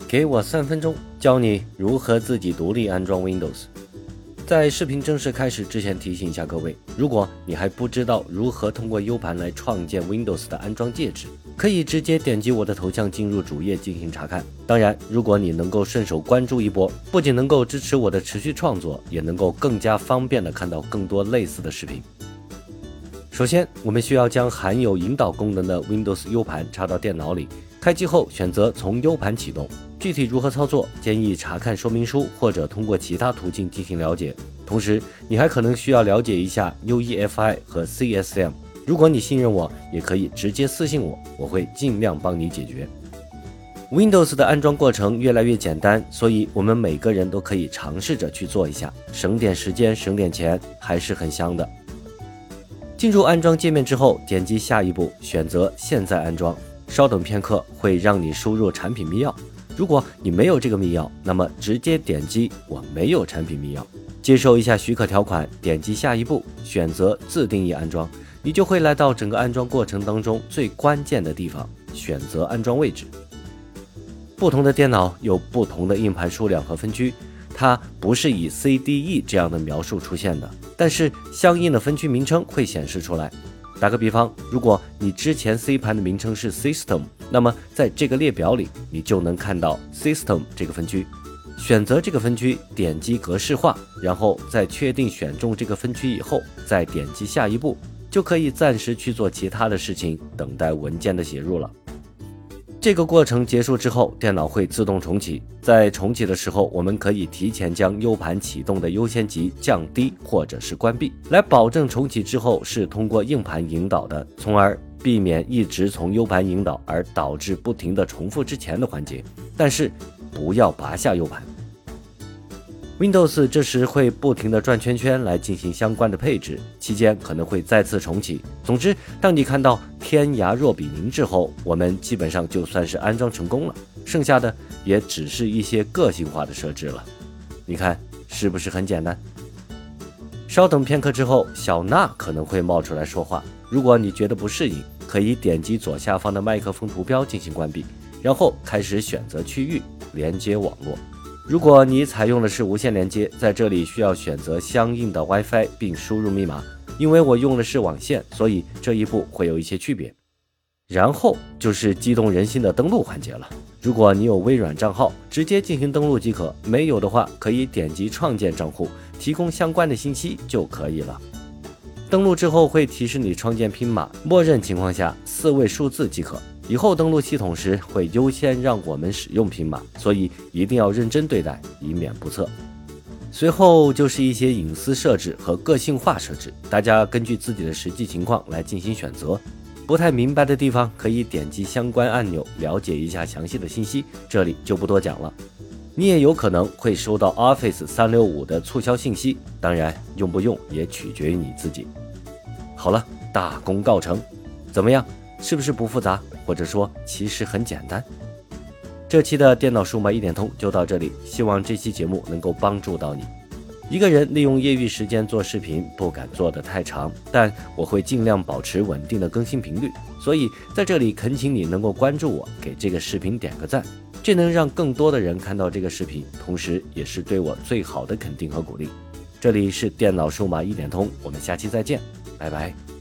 给我3分钟，教你如何自己独立安装 Windows。在视频正式开始之前，提醒一下各位，如果你还不知道如何通过 U 盘来创建 Windows 的安装介质，可以直接点击我的头像进入主页进行查看。当然，如果你能够顺手关注一波，不仅能够支持我的持续创作，也能够更加方便的看到更多类似的视频。首先，我们需要将含有引导功能的 Windows U 盘插到电脑里，开机后选择从 U 盘启动。具体如何操作，建议查看说明书或者通过其他途径进行了解。同时，你还可能需要了解一下 UEFI 和 CSM。如果你信任我，也可以直接私信我，我会尽量帮你解决。Windows 的安装过程越来越简单，所以我们每个人都可以尝试着去做一下，省点时间，省点钱，还是很香的。进入安装界面之后，点击下一步，选择现在安装。稍等片刻，会让你输入产品密钥。如果你没有这个密钥，那么直接点击我没有产品密钥，接受一下许可条款，点击下一步，选择自定义安装，你就会来到整个安装过程当中最关键的地方，选择安装位置。不同的电脑有不同的硬盘数量和分区，它不是以 CDE 这样的描述出现的，但是相应的分区名称会显示出来。打个比方，如果你之前 C 盘的名称是 System， 那么在这个列表里你就能看到 System 这个分区，选择这个分区，点击格式化，然后在确定选中这个分区以后，再点击下一步，就可以暂时去做其他的事情，等待文件的写入了。这个过程结束之后，电脑会自动重启。在重启的时候，我们可以提前将 U 盘启动的优先级降低或者是关闭，来保证重启之后是通过硬盘引导的，从而避免一直从 U 盘引导而导致不停的重复之前的环节。但是不要拔下 U 盘。Windows 这时会不停地转圈圈来进行相关的配置，期间可能会再次重启。总之，当你看到天涯若比邻之后，我们基本上就算是安装成功了，剩下的也只是一些个性化的设置了。你看是不是很简单？稍等片刻之后，小娜可能会冒出来说话。如果你觉得不适应，可以点击左下方的麦克风图标进行关闭，然后开始选择区域连接网络。如果你采用的是无线连接，在这里需要选择相应的 WiFi 并输入密码，因为我用的是网线，所以这一步会有一些区别。然后就是激动人心的登录环节了。如果你有微软账号，直接进行登录即可，没有的话可以点击创建账户，提供相关的信息就可以了。登录之后会提示你创建拼码，默认情况下4位数字即可。以后登录系统时会优先让我们使用拼码，所以一定要认真对待，以免不测。随后就是一些隐私设置和个性化设置，大家根据自己的实际情况来进行选择。不太明白的地方可以点击相关按钮了解一下详细的信息，这里就不多讲了。你也有可能会收到 Office 365的促销信息，当然用不用也取决于你自己。好了，大功告成，怎么样？是不是不复杂，或者说其实很简单？这期的电脑数码一点通就到这里，希望这期节目能够帮助到你。一个人利用业余时间做视频，不敢做得太长，但我会尽量保持稳定的更新频率，所以在这里恳请你能够关注我，给这个视频点个赞，这能让更多的人看到这个视频，同时也是对我最好的肯定和鼓励。这里是电脑数码一点通，我们下期再见，拜拜。